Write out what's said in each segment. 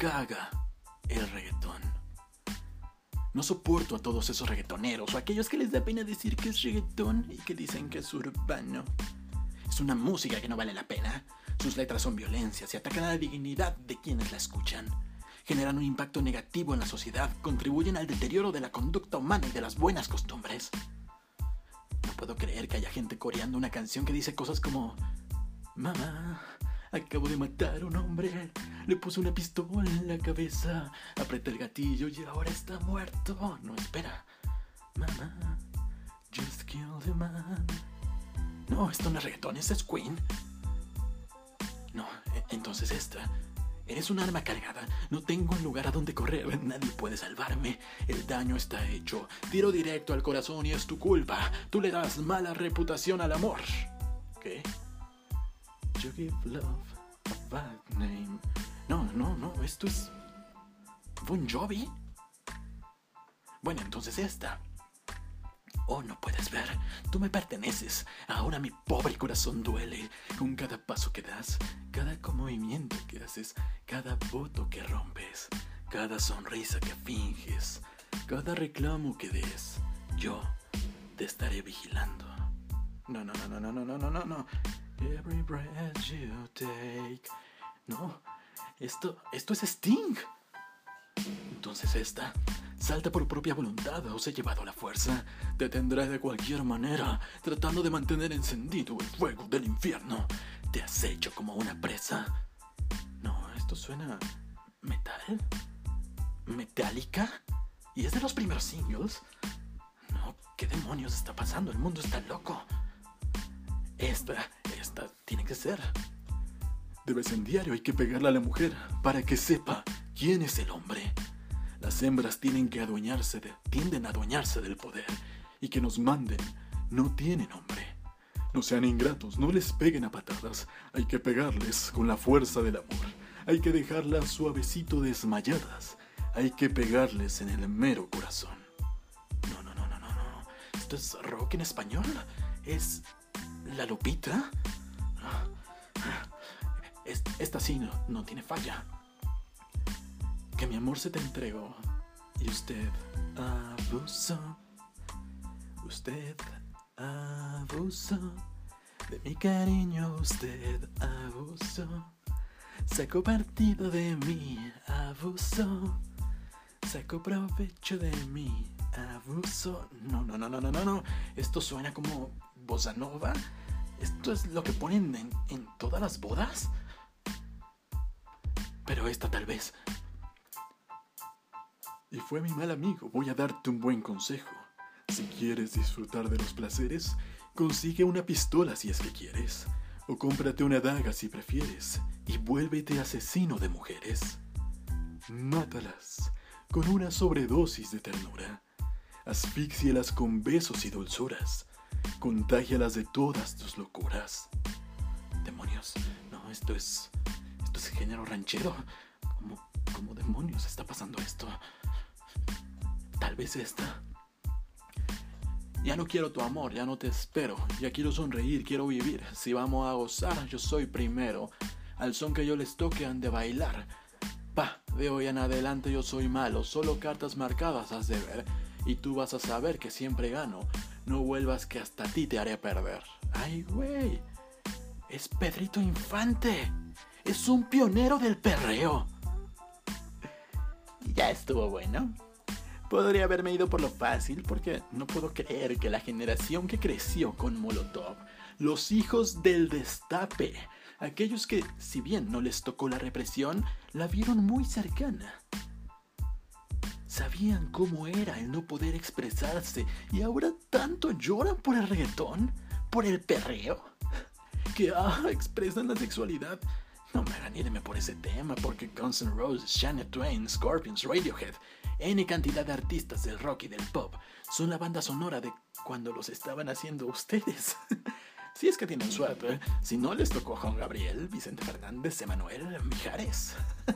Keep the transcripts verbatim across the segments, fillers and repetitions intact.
caga el reggaetón. No soporto a todos esos reggaetoneros o aquellos que les da pena decir que es reggaetón y que dicen que es urbano. Es una música que no vale la pena. Sus letras son violencias y atacan a la dignidad de quienes la escuchan. Generan un impacto negativo en la sociedad, contribuyen al deterioro de la conducta humana y de las buenas costumbres. No puedo creer que haya gente coreando una canción que dice cosas como: mamá, acabo de matar a un hombre, le puse una pistola en la cabeza, apreté el gatillo y ahora está muerto. No, espera. Mamá, just killed a man. No, esto no es reggaetón, esto es Queen. No, entonces esta. Eres un arma cargada, no tengo un lugar a donde correr, nadie puede salvarme. El daño está hecho, tiro directo al corazón y es tu culpa. Tú le das mala reputación al amor. ¿Qué? You give love a bad name. No, no, no, esto es Bon Jovi. Bueno, entonces esta. Oh, no puedes ver, tú me perteneces. Ahora mi pobre corazón duele. Con cada paso que das, cada movimiento que haces, cada voto que rompes, cada sonrisa que finges, cada reclamo que des, yo te estaré vigilando. No, no, no, no, no, no, no, no, no. Every breath you take. No, esto, esto es Sting. Entonces esta. Salta por propia voluntad o se ha llevado a la fuerza. Te tendré de cualquier manera, tratando de mantener encendido el fuego del infierno. Te has hecho como una presa. No, esto suena... ¿metal? ¿Metallica? ¿Y es de los primeros singles? No, ¿qué demonios está pasando? El mundo está loco. Esta, esta tiene que ser. De vez en diario hay que pegarle a la mujer para que sepa quién es el hombre. Las hembras tienen que adueñarse de, tienden a adueñarse del poder, y que nos manden no tienen nombre. No sean ingratos, no les peguen a patadas, hay que pegarles con la fuerza del amor. Hay que dejarlas suavecito desmayadas, hay que pegarles en el mero corazón. No, no, no, no, no, no. ¿Esto es rock en español? ¿Es La Lupita? Esta sí no, no tiene falla. Que mi amor se te entregó y usted abusó. Usted abusó de mi cariño, usted abusó. Sacó partido de mí, abusó. Sacó provecho de mí, abusó. No, no, no, no, no, no, no. Esto suena como bossa nova. ¿Esto es lo que ponen en, en todas las bodas? Pero esta tal vez... Y fue mi mal amigo, voy a darte un buen consejo. Si quieres disfrutar de los placeres, consigue una pistola si es que quieres. O cómprate una daga si prefieres. Y vuélvete asesino de mujeres. Mátalas con una sobredosis de ternura. Asfíxialas con besos y dulzuras. Contágialas de todas tus locuras. Demonios, no, esto es... Esto es género ranchero. ¿Cómo, cómo demonios está pasando esto? Tal vez esta. Ya no quiero tu amor, ya no te espero. Ya quiero sonreír, quiero vivir. Si vamos a gozar, yo soy primero. Al son que yo les toque han de bailar. Pa, de hoy en adelante yo soy malo. Solo cartas marcadas has de ver. Y tú vas a saber que siempre gano. No vuelvas que hasta a ti te haré perder. Ay, güey. Es Pedrito Infante. Es un pionero del perreo. Ya estuvo bueno. Podría haberme ido por lo fácil porque no puedo creer que la generación que creció con Molotov, los hijos del destape, aquellos que, si bien no les tocó la represión, la vieron muy cercana. Sabían cómo era el no poder expresarse y ahora tanto lloran por el reggaetón, por el perreo, que ah, expresan la sexualidad. No me hagan irme por ese tema porque Guns N' Roses, Shania Twain, Scorpions, Radiohead, N cantidad de artistas del rock y del pop son la banda sonora de cuando los estaban haciendo ustedes. Si es que tienen suerte, si no les tocó Juan Gabriel, Vicente Fernández, Emanuel, Mijares.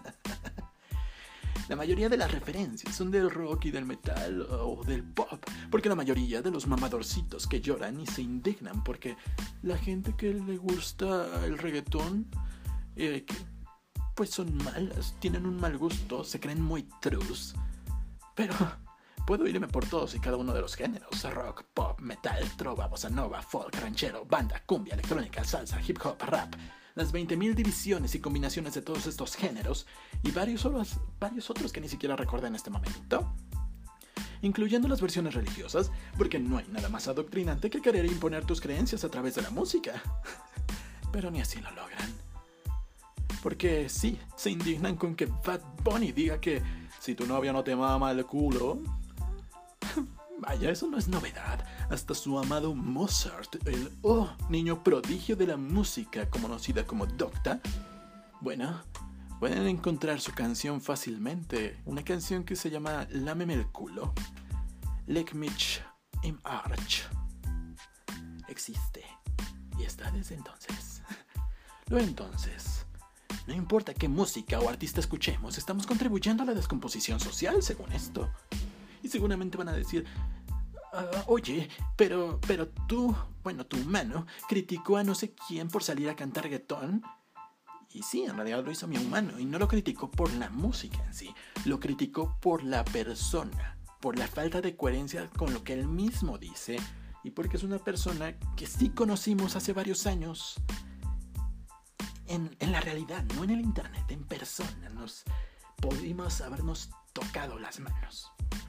La mayoría de las referencias son del rock y del metal o del pop, porque la mayoría de los mamadorcitos que lloran y se indignan porque la gente que le gusta el reggaetón, eh, que, pues son malas, tienen un mal gusto, se creen muy trus. Pero puedo irme por todos y cada uno de los géneros: rock, pop, metal, trova, bossa nova, folk, ranchero, banda, cumbia, electrónica, salsa, hip hop, rap. Las veinte mil divisiones y combinaciones de todos estos géneros y varios otros, varios otros que ni siquiera recordé en este momento, incluyendo las versiones religiosas, porque no hay nada más adoctrinante que querer imponer tus creencias a través de la música. Pero ni así lo logran. Porque sí, se indignan con que Bad Bunny diga que si tu novia no te mama el culo... Vaya, eso no es novedad. Hasta su amado Mozart, el oh, niño prodigio de la música, conocida como Docta, bueno, pueden encontrar su canción fácilmente. Una canción que se llama Lámeme el culo. Leg mich im Arsch. Existe. Y está desde entonces. Luego entonces, no importa qué música o artista escuchemos, estamos contribuyendo a la descomposición social según esto. Y seguramente van a decir, uh, oye, pero, pero tú, bueno, tu humano, criticó a no sé quién por salir a cantar reggaetón. Y sí, en realidad lo hizo mi humano, y no lo criticó por la música en sí, lo criticó por la persona, por la falta de coherencia con lo que él mismo dice, y porque es una persona que sí conocimos hace varios años, en, en la realidad, no en el internet, en persona, nos pudimos habernos tocado las manos.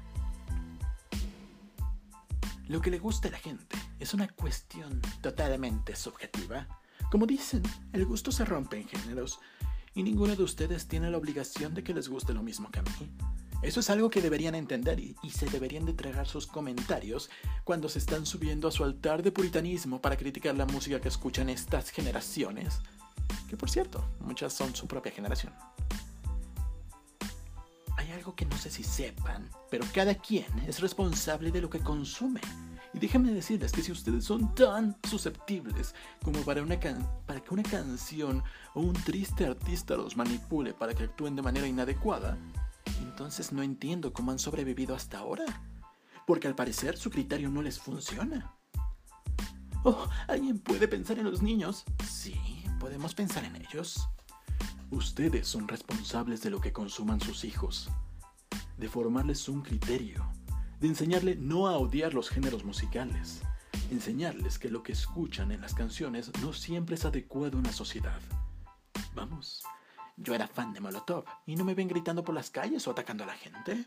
Lo que le gusta a la gente es una cuestión totalmente subjetiva. Como dicen, el gusto se rompe en géneros, y ninguno de ustedes tiene la obligación de que les guste lo mismo que a mí. Eso es algo que deberían entender y, y se deberían de tragar sus comentarios cuando se están subiendo a su altar de puritanismo para criticar la música que escuchan estas generaciones, que por cierto, muchas son su propia generación. Hay algo que no sé si sepan, pero cada quien es responsable de lo que consume. Y déjenme decirles que si ustedes son tan susceptibles como para, una can- para que una canción o un triste artista los manipule para que actúen de manera inadecuada, entonces no entiendo cómo han sobrevivido hasta ahora. Porque al parecer su criterio no les funciona. Oh, ¿alguien puede pensar en los niños? Sí, podemos pensar en ellos. Ustedes son responsables de lo que consuman sus hijos, de formarles un criterio, de enseñarle no a odiar los géneros musicales, enseñarles que lo que escuchan en las canciones no siempre es adecuado a una sociedad. Vamos, yo era fan de Molotov y no me ven gritando por las calles o atacando a la gente.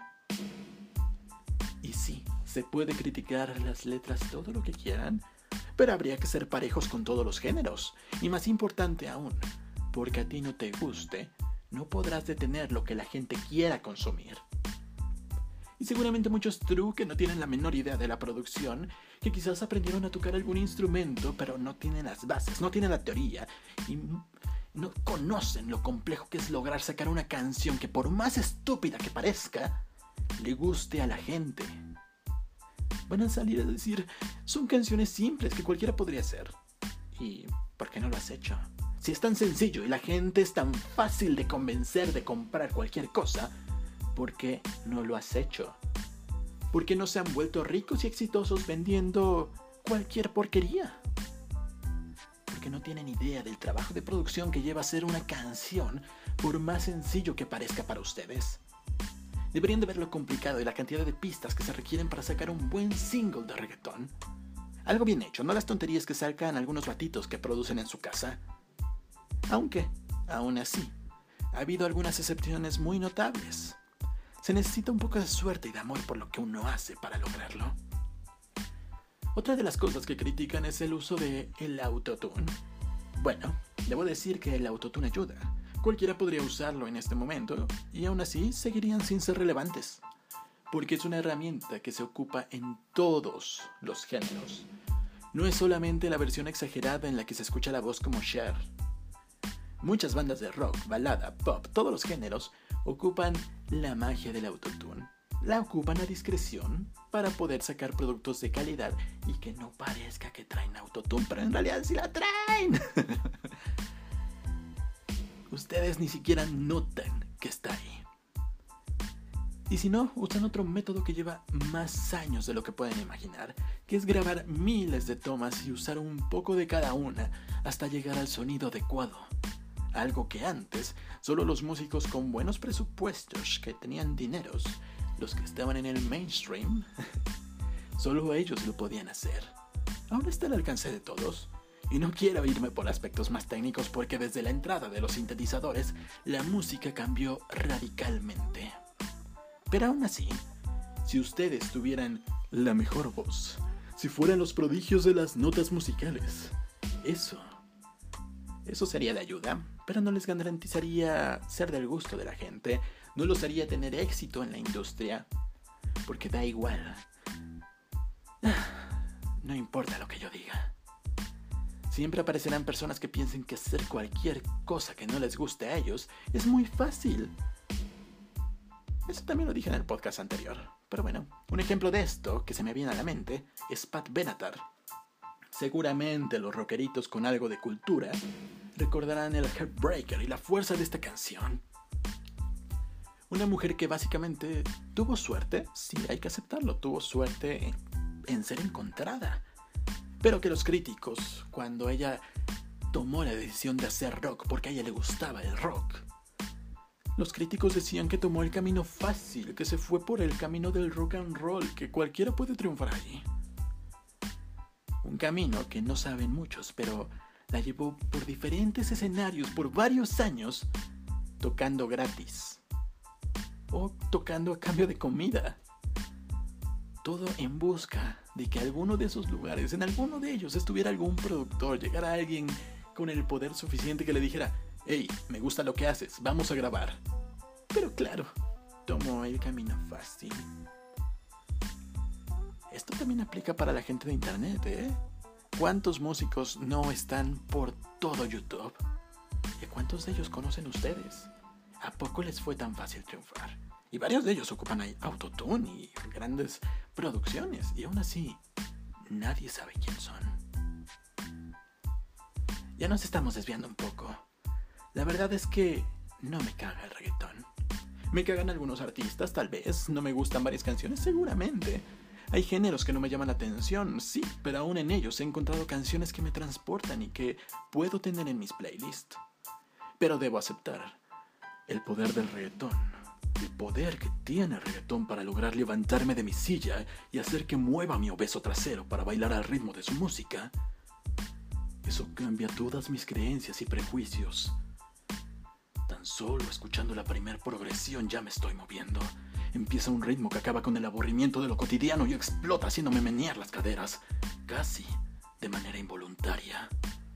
Y sí, se puede criticar las letras todo lo que quieran, pero habría que ser parejos con todos los géneros, y más importante aún, porque a ti no te guste, no podrás detener lo que la gente quiera consumir. Y seguramente muchos true que no tienen la menor idea de la producción, que quizás aprendieron a tocar algún instrumento, pero no tienen las bases, no tienen la teoría, y no conocen lo complejo que es lograr sacar una canción que por más estúpida que parezca, le guste a la gente. Van a salir a decir, son canciones simples que cualquiera podría hacer. ¿Y por qué no lo has hecho? Si es tan sencillo y la gente es tan fácil de convencer de comprar cualquier cosa, ¿por qué no lo has hecho? ¿Por qué no se han vuelto ricos y exitosos vendiendo cualquier porquería? Porque no tienen idea del trabajo de producción que lleva a hacer una canción, por más sencillo que parezca para ustedes. Deberían de ver lo complicado y la cantidad de pistas que se requieren para sacar un buen single de reggaetón. Algo bien hecho, no las tonterías que sacan algunos batitos que producen en su casa. Aunque, aún así, ha habido algunas excepciones muy notables. Se necesita un poco de suerte y de amor por lo que uno hace para lograrlo. Otra de las cosas que critican es el uso de el autotune. Bueno, debo decir que el autotune ayuda. Cualquiera podría usarlo en este momento y aún así seguirían sin ser relevantes. Porque es una herramienta que se ocupa en todos los géneros. No es solamente la versión exagerada en la que se escucha la voz como Cher. Muchas bandas de rock, balada, pop, todos los géneros ocupan la magia del autotune. La ocupan a discreción para poder sacar productos de calidad y que no parezca que traen autotune, pero en realidad sí la traen. Ustedes ni siquiera notan que está ahí. Y si no, usan otro método que lleva más años de lo que pueden imaginar, que es grabar miles de tomas y usar un poco de cada una hasta llegar al sonido adecuado. Algo que antes solo los músicos con buenos presupuestos, que tenían dineros, los que estaban en el mainstream, solo ellos lo podían hacer. Ahora está al alcance de todos. Y no quiero irme por aspectos más técnicos porque desde la entrada de los sintetizadores, la música cambió radicalmente. Pero aún así, si ustedes tuvieran la mejor voz, si fueran los prodigios de las notas musicales, eso, eso sería de ayuda, pero no les garantizaría ser del gusto de la gente, no los haría tener éxito en la industria, porque da igual. No importa lo que yo diga. Siempre aparecerán personas que piensen que hacer cualquier cosa que no les guste a ellos es muy fácil. Eso también lo dije en el podcast anterior. Pero bueno, un ejemplo de esto que se me viene a la mente es Pat Benatar. Seguramente los rockeritos con algo de cultura recordarán el Heartbreaker y la fuerza de esta canción. Una mujer que básicamente tuvo suerte, sí, hay que aceptarlo, tuvo suerte en, en ser encontrada. Pero que los críticos, cuando ella tomó la decisión de hacer rock porque a ella le gustaba el rock, los críticos decían que tomó el camino fácil, que se fue por el camino del rock and roll, que cualquiera puede triunfar allí. Un camino que no saben muchos, pero la llevó por diferentes escenarios por varios años, tocando gratis o tocando a cambio de comida. Todo en busca de que alguno de esos lugares, en alguno de ellos, estuviera algún productor, llegara alguien con el poder suficiente que le dijera: hey, me gusta lo que haces, vamos a grabar. Pero claro, tomó el camino fácil. Esto también aplica para la gente de internet, ¿eh? ¿Cuántos músicos no están por todo YouTube? ¿Y cuántos de ellos conocen ustedes? ¿A poco les fue tan fácil triunfar? Y varios de ellos ocupan ahí autotune y grandes producciones. Y aún así, nadie sabe quién son. Ya nos estamos desviando un poco. La verdad es que no me caga el reggaetón. Me cagan algunos artistas, tal vez. No me gustan varias canciones, seguramente. Hay géneros que no me llaman la atención, sí. Pero aún en ellos he encontrado canciones que me transportan y que puedo tener en mis playlists. Pero debo aceptar el poder del reggaetón. El poder que tiene el reggaetón para lograr levantarme de mi silla y hacer que mueva mi obeso trasero para bailar al ritmo de su música. Eso cambia todas mis creencias y prejuicios. Tan solo escuchando la primer progresión ya me estoy moviendo. Empieza un ritmo que acaba con el aburrimiento de lo cotidiano y explota haciéndome menear las caderas, casi de manera involuntaria.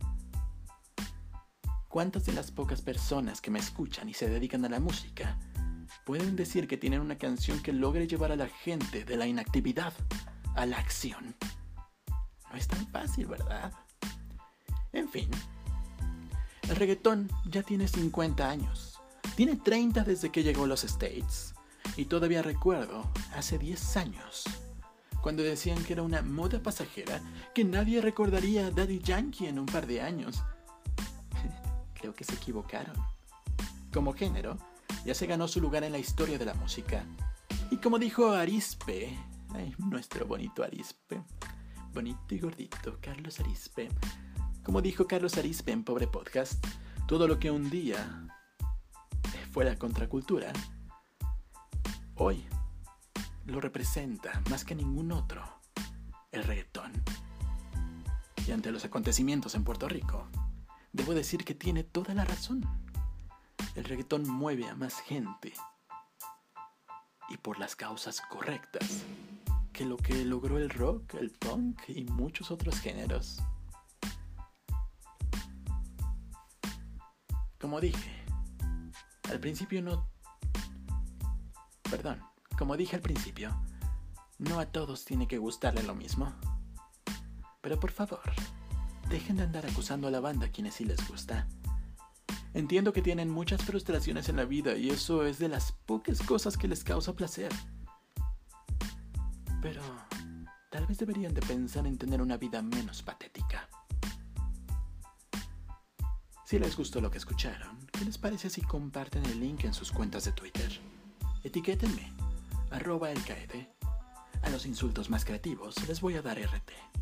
¿Cuántas de las pocas personas que me escuchan y se dedican a la música pueden decir que tienen una canción que logre llevar a la gente de la inactividad a la acción? No es tan fácil, ¿verdad? En fin, el reggaetón ya tiene cincuenta años. Tiene treinta desde que llegó a los States. Y todavía recuerdo, hace diez años, cuando decían que era una moda pasajera, que nadie recordaría a Daddy Yankee en un par de años. Creo que se equivocaron. Como género, ya se ganó su lugar en la historia de la música. Y como dijo Arizpe, ay, nuestro bonito Arizpe, bonito y gordito, Carlos Arizpe, como dijo Carlos Arizpe en Pobre Podcast, todo lo que un día fue la contracultura, hoy lo representa más que ningún otro el reggaetón. Y ante los acontecimientos en Puerto Rico, debo decir que tiene toda la razón. El reggaetón mueve a más gente, y por las causas correctas, que lo que logró el rock, el punk y muchos otros géneros. Como dije, al principio no... Perdón, como dije al principio, no a todos tiene que gustarle lo mismo. Pero por favor, dejen de andar acusando a la banda a quienes sí les gusta. Entiendo que tienen muchas frustraciones en la vida y eso es de las pocas cosas que les causa placer. Pero tal vez deberían de pensar en tener una vida menos patética. Si les gustó lo que escucharon, ¿qué les parece si comparten el link en sus cuentas de Twitter? Etiquétenme, arroba elcaede. A los insultos más creativos les voy a dar R T.